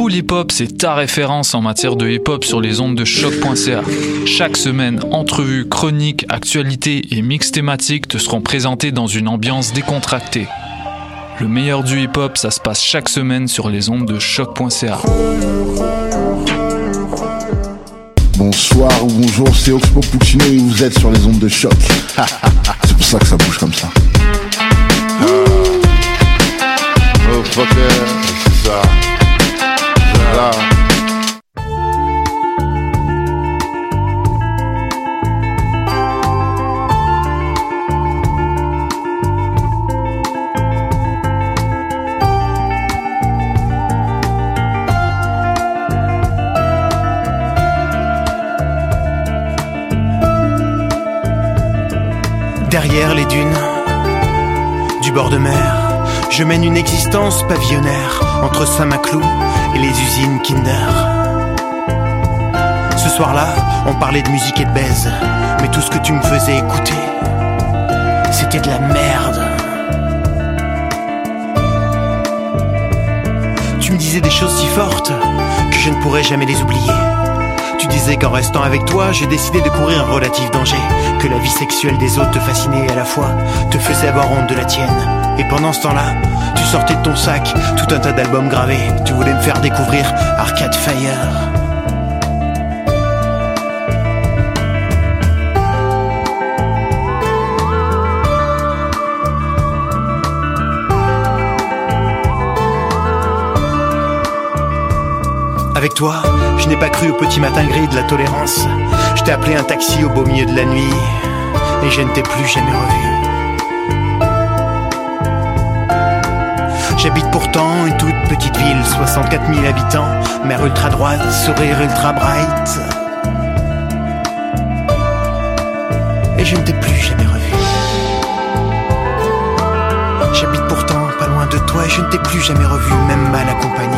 Cool Hip Hop, c'est ta référence en matière de hip-hop sur les ondes de choc.ca. Chaque semaine, entrevues, chroniques, actualités et mix thématiques te seront présentés dans une ambiance décontractée. Le meilleur du hip-hop, ça se passe chaque semaine sur les ondes de choc.ca. Bonsoir ou bonjour, c'est Oxpo Puccino et vous êtes sur les ondes de choc. C'est pour ça que ça bouge comme ça. Oh fucker, c'est ça. Là. Derrière les dunes, du bord de mer, je mène une existence pavillonnaire entre Saint-Maclou et les usines Kinder. Ce soir-là, on parlait de musique et de baise, mais tout ce que tu me faisais écouter, c'était de la merde. Tu me disais des choses si fortes que je ne pourrais jamais les oublier. Tu disais qu'en restant avec toi, j'ai décidé de courir un relatif danger, que la vie sexuelle des autres te fascinait et à la fois te faisait avoir honte de la tienne. Et pendant ce temps-là, tu sortais de ton sac tout un tas d'albums gravés. Tu voulais me faire découvrir Arcade Fire. Avec toi, je n'ai pas cru au petit matin gris de la tolérance. Je t'ai appelé un taxi au beau milieu de la nuit et je ne t'ai plus jamais revu. J'habite pourtant une toute petite ville, 64 000 habitants, mère ultra droite, sourire ultra bright. Et je ne t'ai plus jamais revu. J'habite pourtant pas loin de toi et je ne t'ai plus jamais revu, même mal accompagné.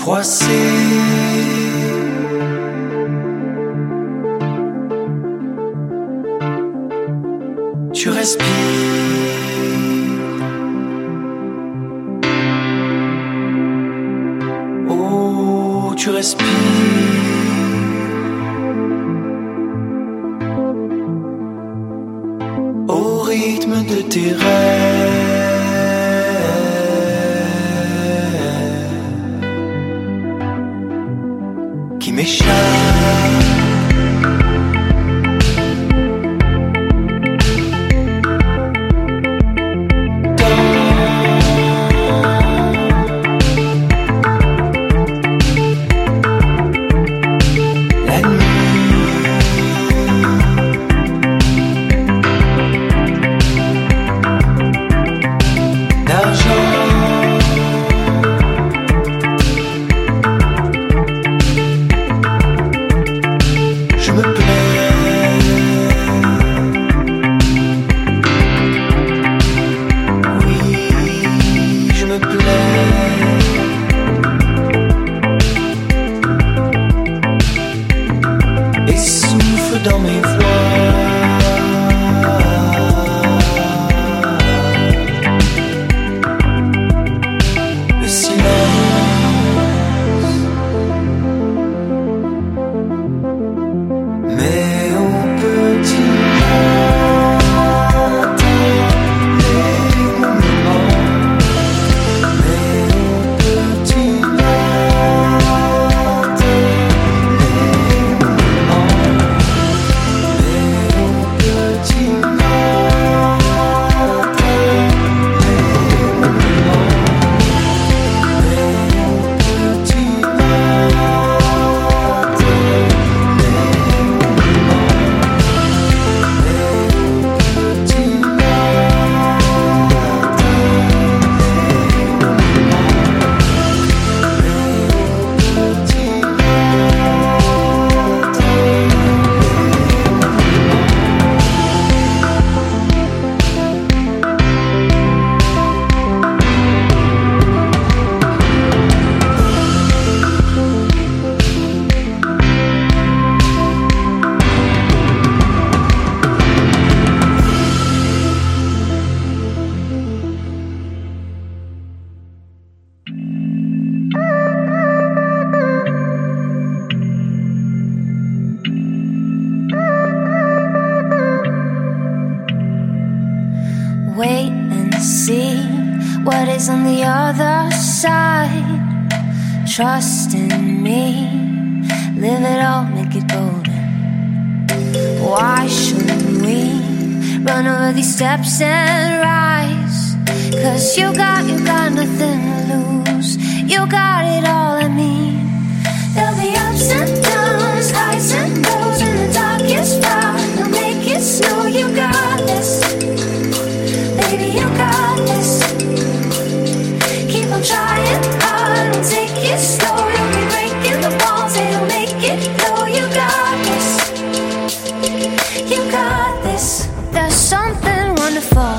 froissé. Tu respires. Oh, tu respires. Au rythme de tes rêves qui m'échappent. Wait and see what is on the other side. Trust in me, live it all, make it golden. Why shouldn't we run over these steps and rise? 'Cause you got nothing to lose. You got it all, I mean. There'll be ups and downs, highs and lows in the darkest hour. They'll make it snow, you got this. Baby, you got this. Keep on trying hard, we'll take it slow. You'll be breaking the walls, it'll make it flow. You got this. You got this. There's something wonderful.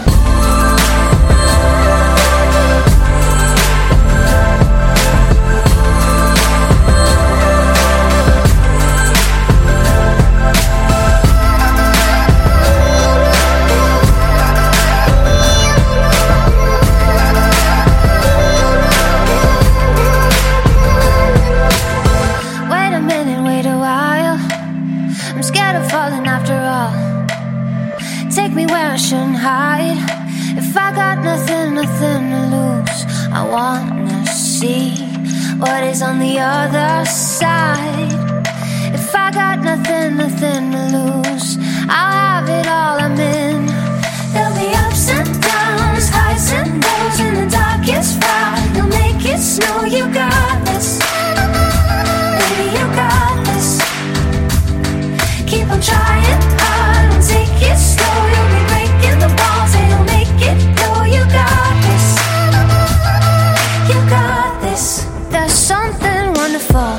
Take me where I shouldn't hide. If I got nothing to lose, I wanna see what is on the other side. If I got nothing to lose, I'll have it all, I'm in. There'll be ups and downs, highs and lows in the darkest hour. You'll make it snow, you got this. Baby, you got this. Keep on trying hard, we'll take it slow. You'll be breaking the walls, it'll make it flow. You got this. You got this. There's something wonderful.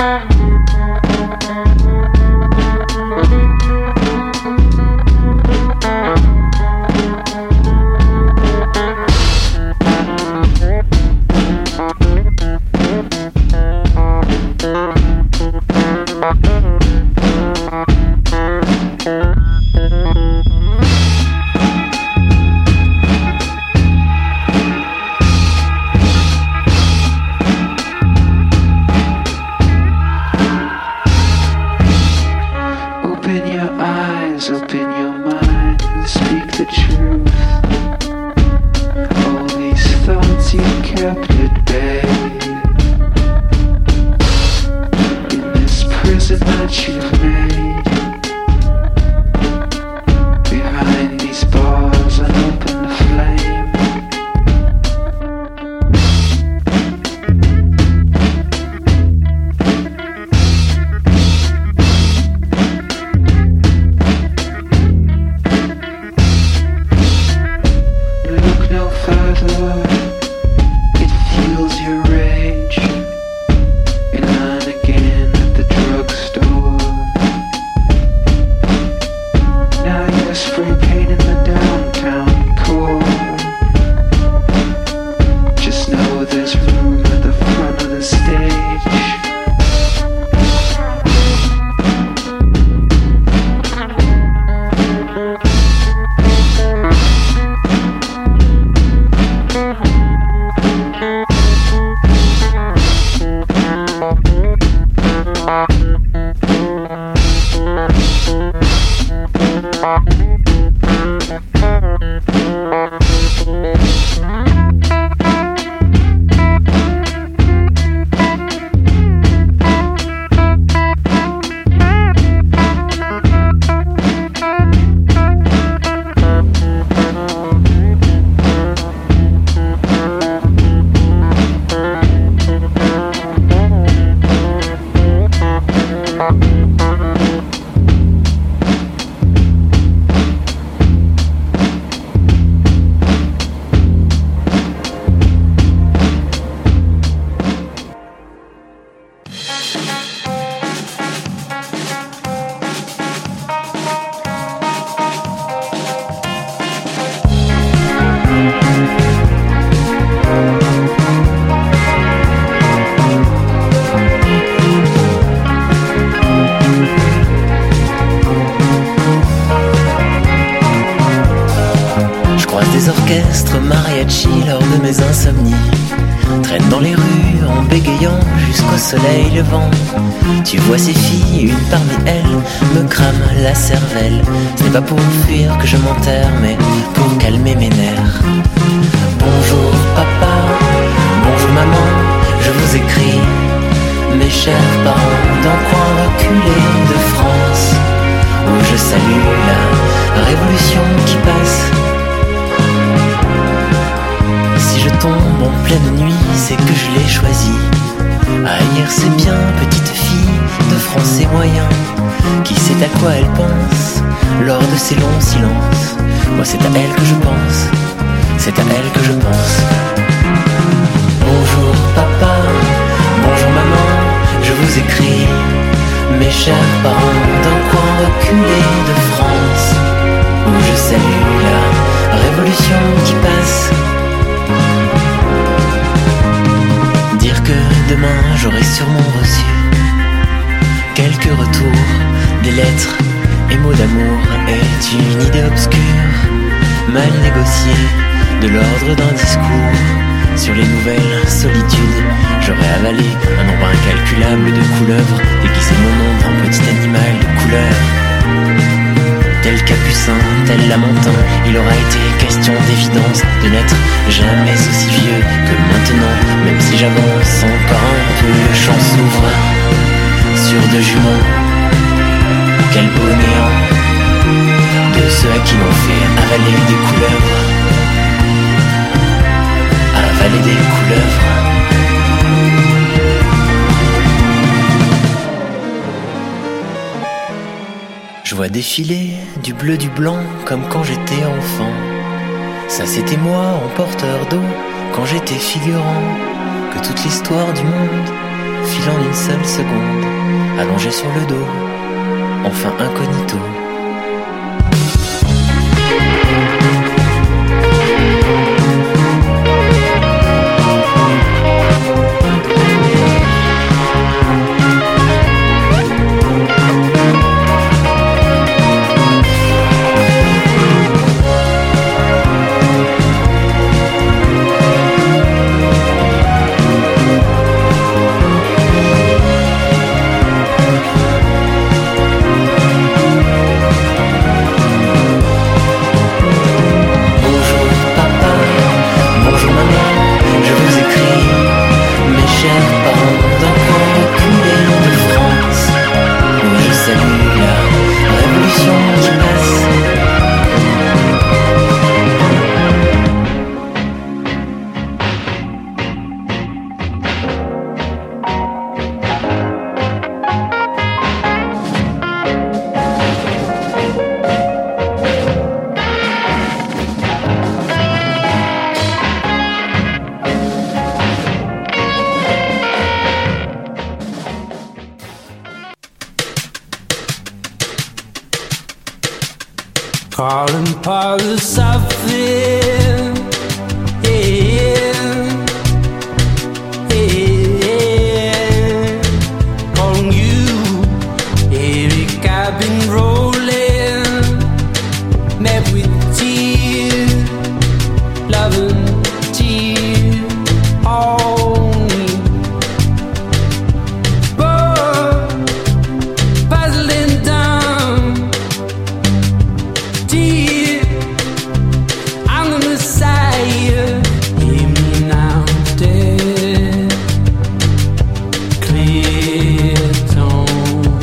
Mariachi lors de mes insomnies, traîne dans les rues en bégayant jusqu'au soleil levant. Tu vois ces filles, une parmi elles me crame la cervelle. Ce n'est pas pour fuir que je m'enterre, mais pour calmer mes nerfs. Bonjour papa, bonjour maman, je vous écris, mes chers parents d'un coin reculé de France, où je salue la révolution qui passe. Si je tombe en pleine nuit, c'est que je l'ai choisi. Haïr c'est bien, petite fille de français moyen, qui sait à quoi elle pense lors de ces longs silences. Moi c'est à elle que je pense, c'est à elle que je pense. Bonjour papa, bonjour maman, je vous écris, mes chers parents d'un coin reculé de France, où je salue la révolution qui passe. Dire que demain j'aurai sûrement reçu quelques retours, des lettres et mots d'amour est une idée obscure, mal négociée, de l'ordre d'un discours sur les nouvelles solitudes. J'aurais avalé un nombre incalculable de couleuvres, déguisé mon ombre en petit animal de couleur. Tel Capucin, tel Lamentin, il aura été question d'évidence de n'être jamais aussi vieux que maintenant. Même si j'avance encore un peu, le champ s'ouvre sur deux juments. Quel beau néant de ceux à qui l'on fait avaler des couleuvres. Avaler des couleuvres. Je vois défiler du bleu, du blanc, comme quand j'étais enfant. Ça c'était moi en porteur d'eau, quand j'étais figurant. Que toute l'histoire du monde filant une seule seconde, allongé sur le dos, enfin incognito. Calling Paula something, yeah, yeah. Calling you, Eric, I've been rolling, met with tears, loving tears, only, but puzzling down. I'm the Messiah. Hear me now, dead. Clear tone.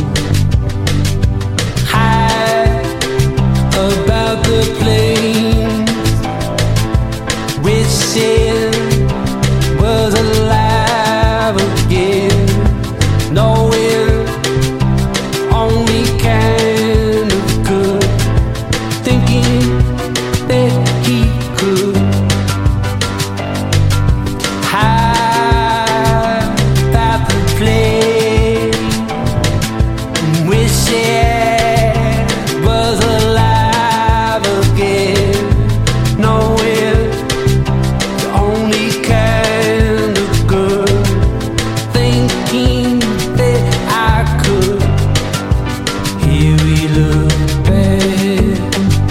High about the place. Wishing was alive again. Knowing only kind of good. Thinking that he could hide about the place, wishing was alive again, knowing the only kind of good, thinking that I could. Here we look back.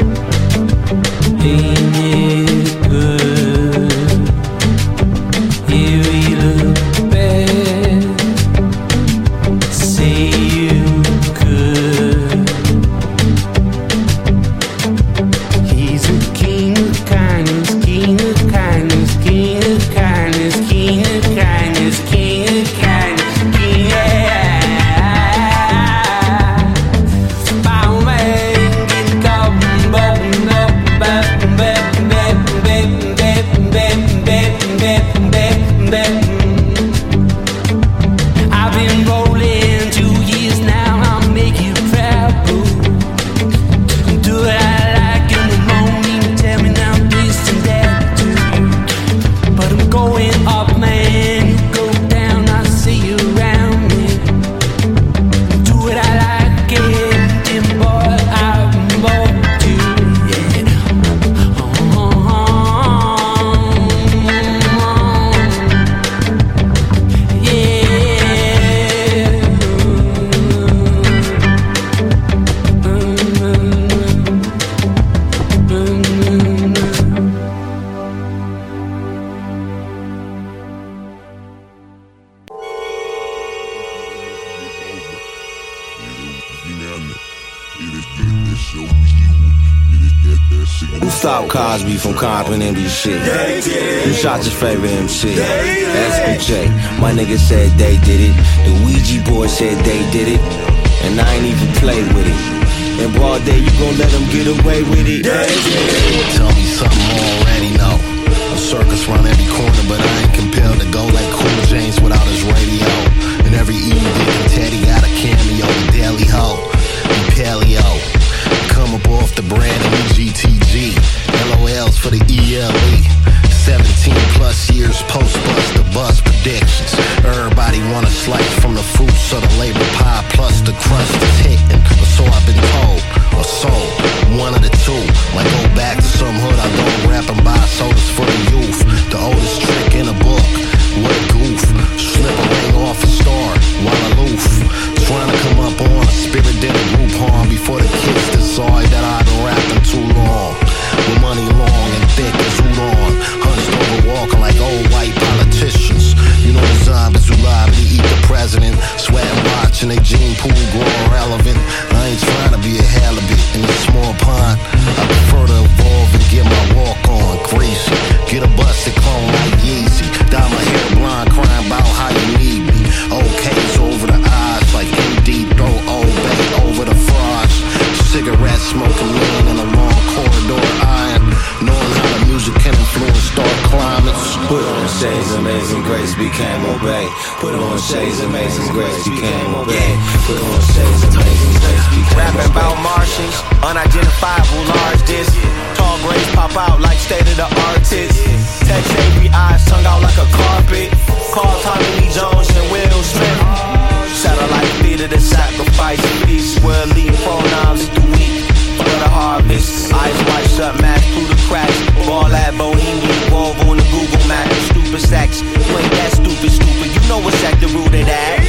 Ain't it good? Here we look back. Say you could. He's a king of kindness, king of kindness, king of kindness, king of kindness, king of kindness, king, yeah. I've been rolling 2 years now, I'll make you proud, boo. Do what I like in the morning, tell me now this and that too. But I'm going up, man, you go down, I see you around me. Do what I like, and boy, I'm bored too, yeah. Who stopped Cosby from complimenting this shit? Who shot your favorite MC? SPJ. My nigga said they did it. The Ouija boy said they did it. And I ain't even played with it. In broad day, you gon' let them get away with it? Tell me something I already know. A circus round every corner, but I ain't compelled to go like Cool James without his radio. And every evening, Teddy got a cameo. The Daily Ho, and Paleo. Come up off the brand of GTG. LOLs for the ELE. 17 plus years post-bust, the bus predictions. Everybody wanna slice Labor pie plus the crust is hitting, or so I've been told, or so, one of the two. Might go back to some hood I don't rap and buy sodas for the youth. The oldest trick in a book, what a goof. Slip a ring off a star while aloof. Trying to come up on a spirit did a group harm before the kids decide that I've been rapping too long. With money long and thick as Udon, hunched over walking like old white politicians. You know the zombies who lie to eat the president, sweating watching they gene pool growing relevant. I ain't trying to be a halibut in a small pond. I prefer to evolve and get my walk on greasy. Get a busted clone like Yeezy. Dye my hair blonde, crying about how you need me. OK's over the eyes like MD, throw Old Bay over the frost. Cigarette smoking man in a long corridor iron, knowing how the music can influence dark climates. Put on shades, amazing grace became obey. Put on shades, amazing grace became obey. Put on shades, amazing grace became obey. Rapping about Martians, unidentifiable large discs. Tall grays pop out like state-of-the-art tits. Tex Avery eyes tongue out like a carpet. Call Tommy Lee Jones and Will Smith. Satellite theater to sacrifice peace. Where elite pronouns is the weak. For the harvest. Eyes wide shut, match through the cracks. Ball at Bohemian Grove on the Google map. Stupid stacks. You ain't that stupid. You know what sector rooted at.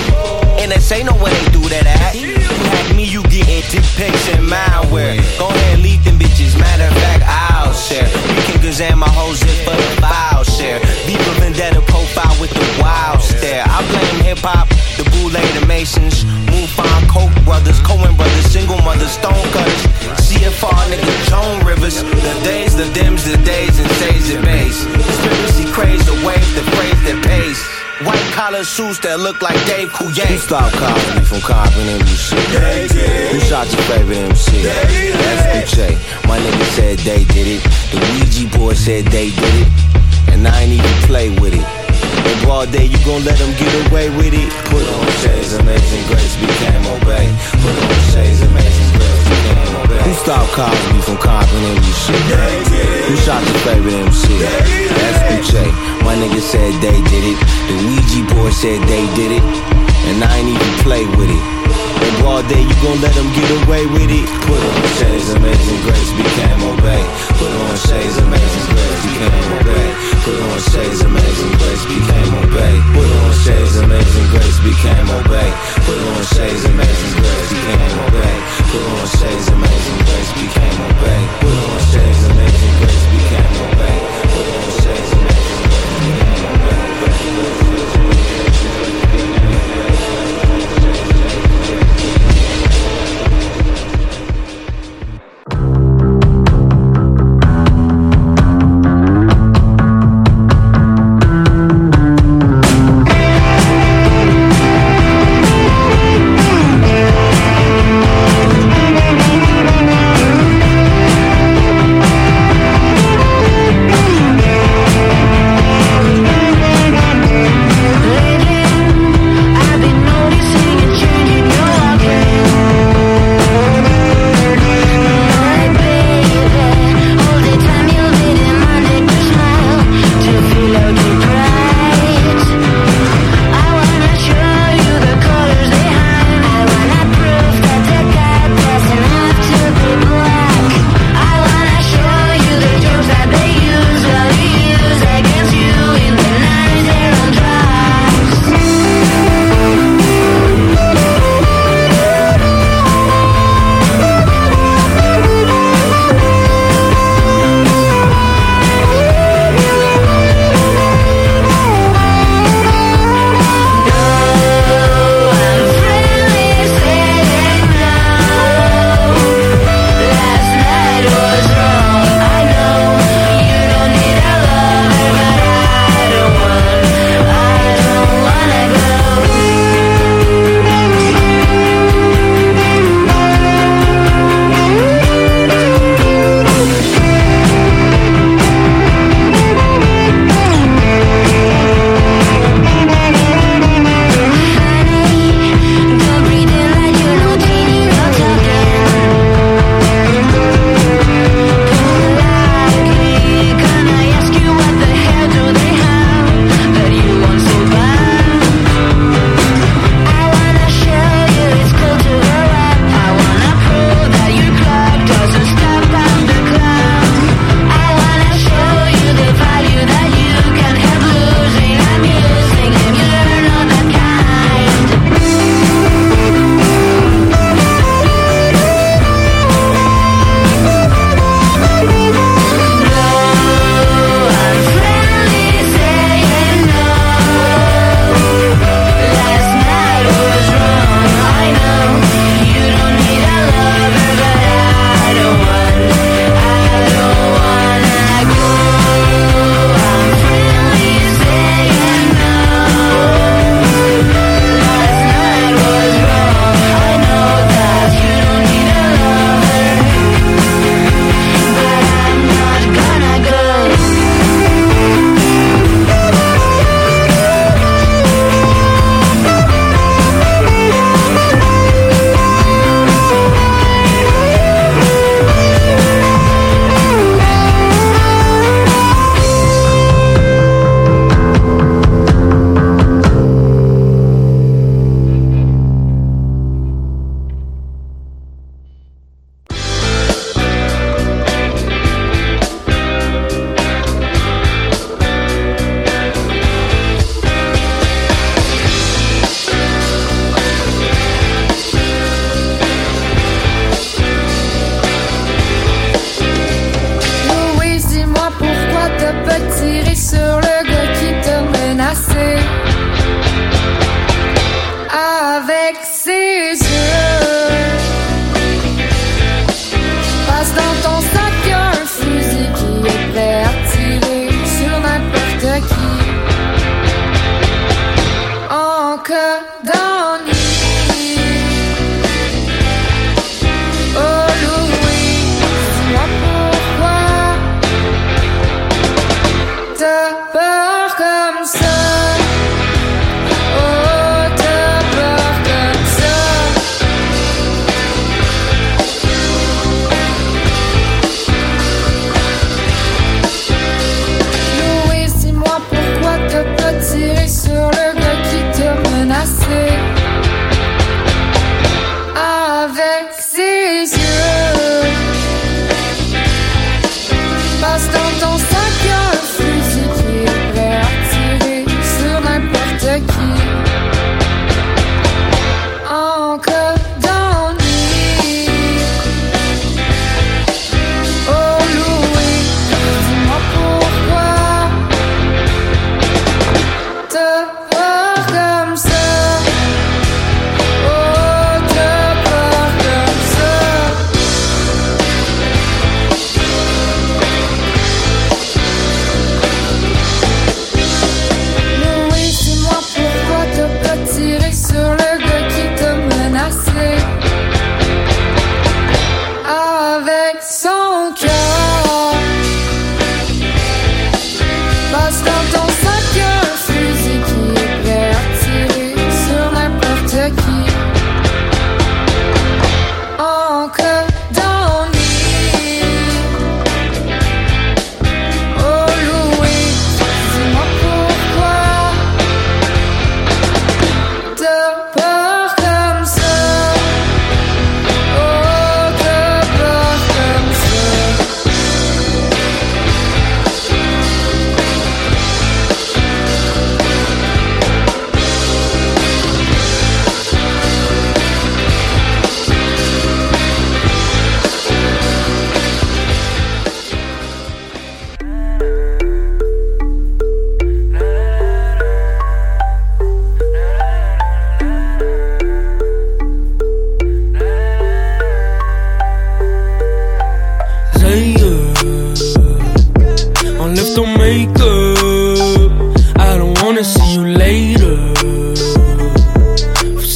NSA know where they do that at. You hack me, you getting dick pics and malware. Go ahead, leak them bitches. Matter of fact, I'll share. You can Kazan my whole zip for the file share. Deeper Vendetta profile with the wild stare. I blame hip hop, the Boule, the Masons, Mufon, Koch brothers, Coen brothers, single mothers, stone cutters, CFR nigga, Joan Rivers. The days, the dims, the days, and says it base. Conspiracy craze, the wave, the phrase that pays. White collar suits that look like Dave Coulier. Who stopped calling me from copying MC? They did. Who shot your favorite MC? FBJ. My nigga said they did it. The Ouija boy said they did it. And I ain't even play with it. In broad day, you gon' let them get away with it. Put on shades, amazing grace became obey. Put on shades, amazing grace became obey. Who stopped calling me from copying MC? Who shot your favorite MC? FBJ. My nigga said they did it. The Ouija boy said they did it. And I ain't even play with it. In broad day, you gon' let them get away with it. Put on shades, amazing grace became obey. Put on shades, amazing grace became obey. Put on shades, amazing grace became obey. Put on shades, amazing grace became obey. Put on shades, amazing grace became obey. Put on shades, amazing grace became obey. Put on shades, amazing grace became obey. Put on shades, amazing grace became obey.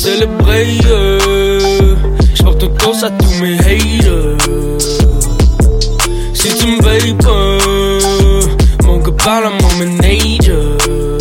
célébrer, j'porte une toast à tous mes haters. Si tu me veilles pas, mon gars parle à mon manager.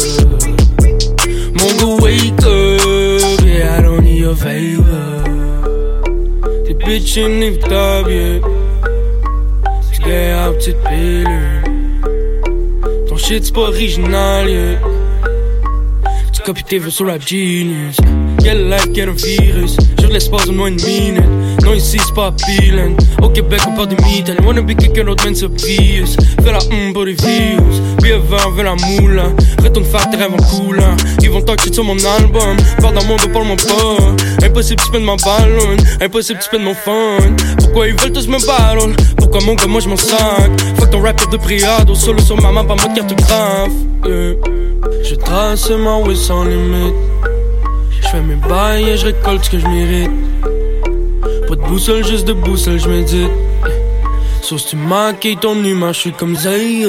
Mon gars wake up, yeah, I don't need your favor. T'es bitch inévitable, yeah. Tu gay à petite pilule. Ton shit c'est pas original, yeah. Tu copies tes vœux sur Rap Genius. Quelle life, quel virus. Sur l'espace de moins de minutes. Non ici c'est pas appealing. Au Québec on parle de mythes. Elle wanna be quelqu'un d'autre man c'est obvious. Fais la pour les views. Puis avant, veux la moule. Retourne faire tes rêves en coulant. Ils vont talk shit sur mon album. Parle dans mon dos, parle-moi pas. Impossible tu spends ma ballon. Impossible tu spends mon fun. Pourquoi ils veulent tous me battle? Pourquoi mon gars moi je m'en sac? Fuck ton rap de priado. Solo sur ma map en mode cartographe. Je trace ma way sans limite. J'fais mes bails et j'récolte ce que j'mérite. Pas de boussole, juste de boussole, j'médite. Sauf si tu maquilles ton image, j'suis comme Zay.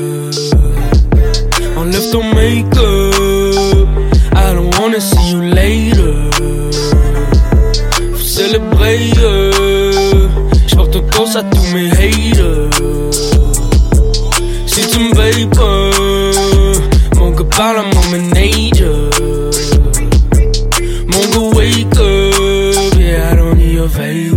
Enlève ton make-up, I don't wanna see you later. Faut célébrer, j'porte une toast à tous mes haters. Si tu me veilles pas, mon gars parle à mon manager. Mon gars wake up, yeah, I don't need your favor.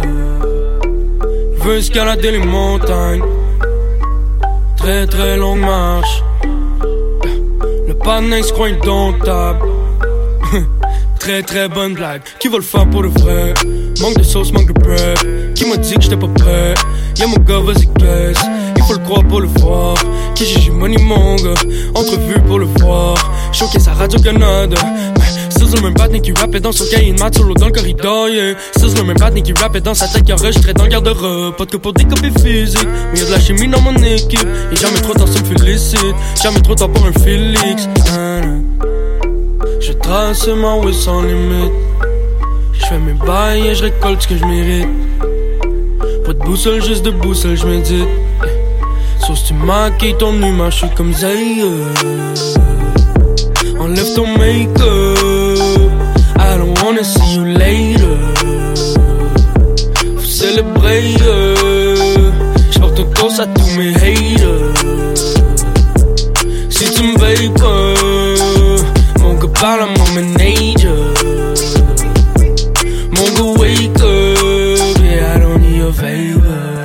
Veux escalader les montagnes, très très longue marche. Le panneau se croit indomptable. Très très bonne blague, qui va le faire pour le vrai? Manque de sauce, manque de prep. Qui m'a dit que j'étais pas prêt? Y'a mon gars, vas-y caisse. Il faut le croire pour le voir. Qui j'ai money mon gars, entrevue pour le voir. Showcase à Radio-Canada. C'est le même batnik qui rappait dans son cahier de maths solo dans le corridor, yeah. C'est le même batnik qui rappait dans sa tête qui enregistrait dans le garde-robe. Pas de que pour des copies physiques, mais y'a de la chimie dans mon équipe. Et jamais trop tard, ça me félicite. Jamais trop tard pour un Félix. Je trace ma way sans limite. J'fais mes bails et j'récolte ce que j'mérite. Pas de boussole, juste de boussole, j'médite. Sauf si tu maquilles ton image, j'suis comme Zay. Enlève ton make-up, I don't wanna see you later. Faut célébrer, j'porte une toast à tous mes haters. Si tu me veilles pas, mon gars parle à mon manager. Mon gars wake up, yeah, I don't need your favor.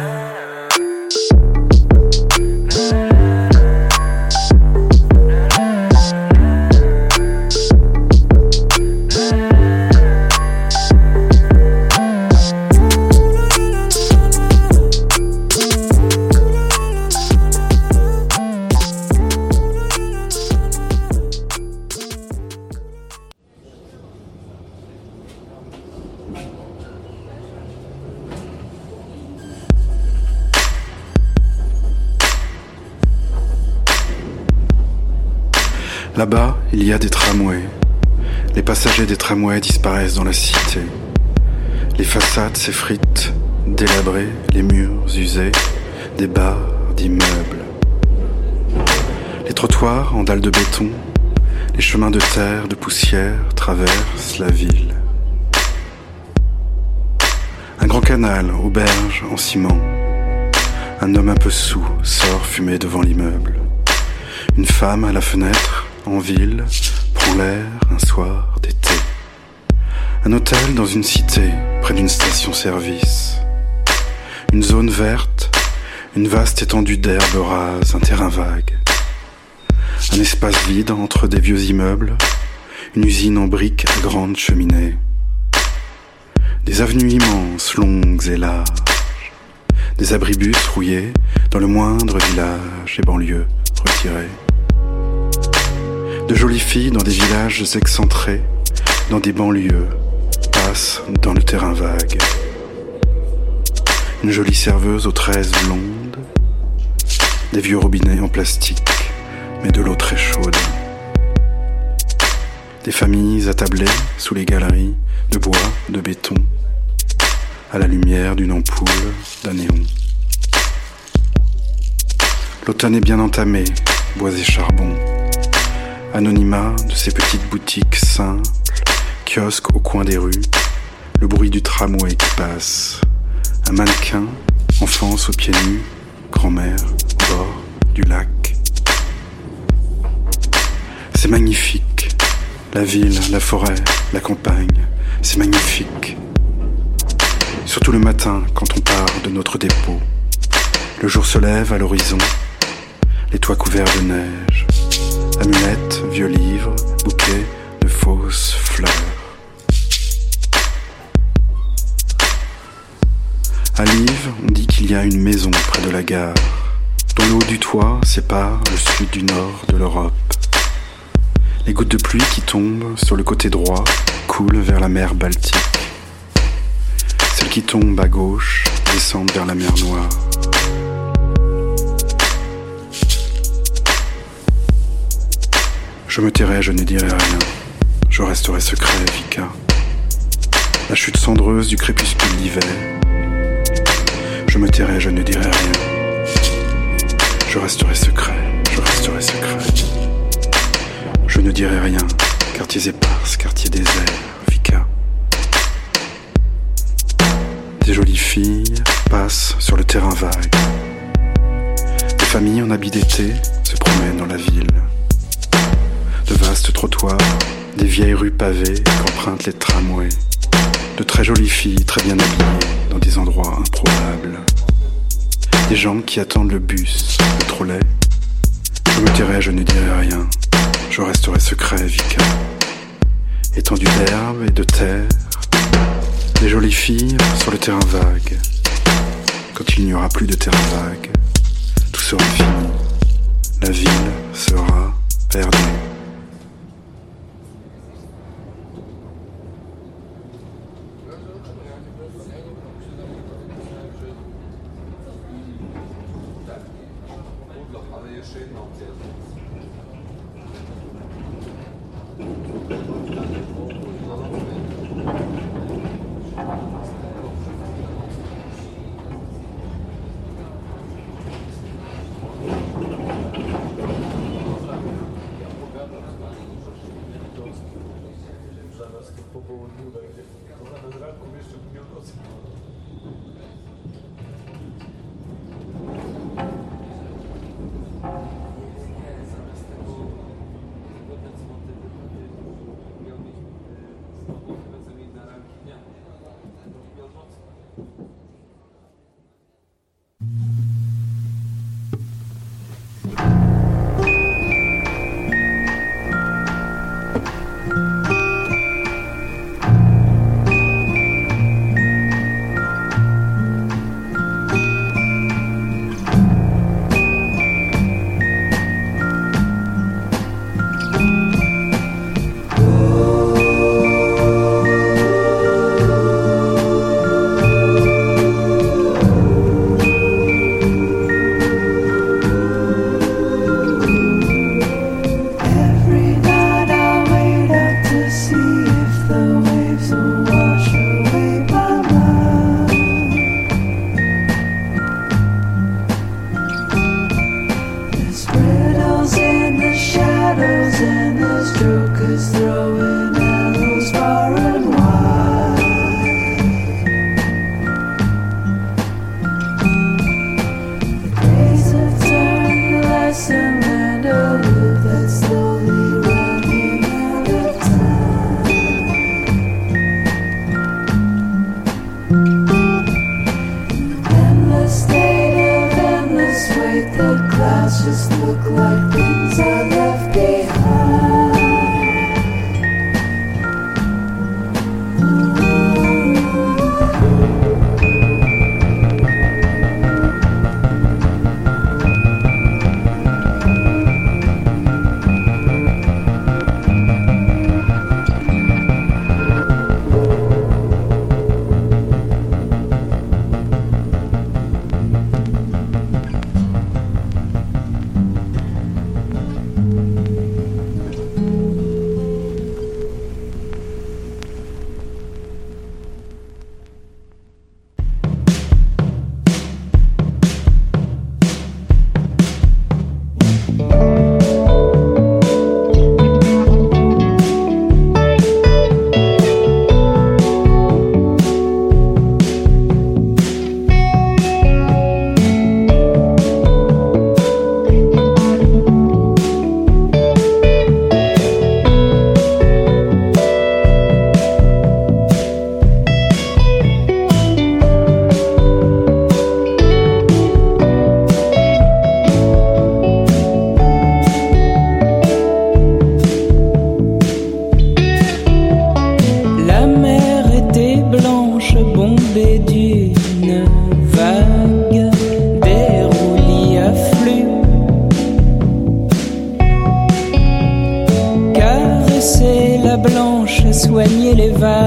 Là-bas, il y a des tramways. Les passagers des tramways disparaissent dans la cité. Les façades s'effritent, délabrées, les murs usés, des bars d'immeubles. Les trottoirs en dalles de béton, les chemins de terre, de poussière traversent la ville. Un grand canal, auberge en ciment. Un homme un peu saoul sort fumer devant l'immeuble. Une femme à la fenêtre, en ville, prend l'air un soir d'été. Un hôtel dans une cité, près d'une station-service. Une zone verte, une vaste étendue d'herbe rase, un terrain vague. Un espace vide entre des vieux immeubles, une usine en briques à grande cheminée. Des avenues immenses, longues et larges. Des abribus rouillés dans le moindre village et banlieues retirées. De jolies filles dans des villages excentrés, dans des banlieues, passent dans le terrain vague. Une jolie serveuse aux tresses blondes, des vieux robinets en plastique, mais de l'eau très chaude. Des familles attablées sous les galeries de bois, de béton, à la lumière d'une ampoule d'un néon. L'automne est bien entamé, bois et charbon. Anonymat de ces petites boutiques simples kiosque au coin des rues, le bruit du tramway qui passe, un mannequin, enfance aux pieds nus, grand-mère au bord du lac. C'est magnifique, la ville, la forêt, la campagne, c'est magnifique. Surtout le matin quand on part de notre dépôt. Le jour se lève à l'horizon, les toits couverts de neige, amulettes, vieux livres, bouquets de fausses fleurs. À Live, on dit qu'il y a une maison près de la gare, dont le haut du toit sépare le sud du nord de l'Europe. Les gouttes de pluie qui tombent sur le côté droit coulent vers la mer Baltique. Celles qui tombent à gauche descendent vers la mer Noire. Je me tairai, je ne dirai rien. Je resterai secret, Vika. La chute cendreuse du crépuscule d'hiver. Je me tairai, je ne dirai rien. Je resterai secret, je resterai secret. Je ne dirai rien. Quartiers éparses, quartiers déserts, Vika. Des jolies filles passent sur le terrain vague. Des familles en habit d'été se promènent dans la ville. De vastes trottoirs, des vieilles rues pavées qu'empruntent les tramways. De très jolies filles très bien habillées dans des endroits improbables. Des gens qui attendent le bus, le trolley. Je me tairai, je ne dirai rien. Je resterai secret, Vika. Étendue d'herbe et de terre. Des jolies filles sur le terrain vague. Quand il n'y aura plus de terrain vague, tout sera fini. La ville sera perdue.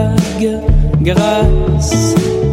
vague grâce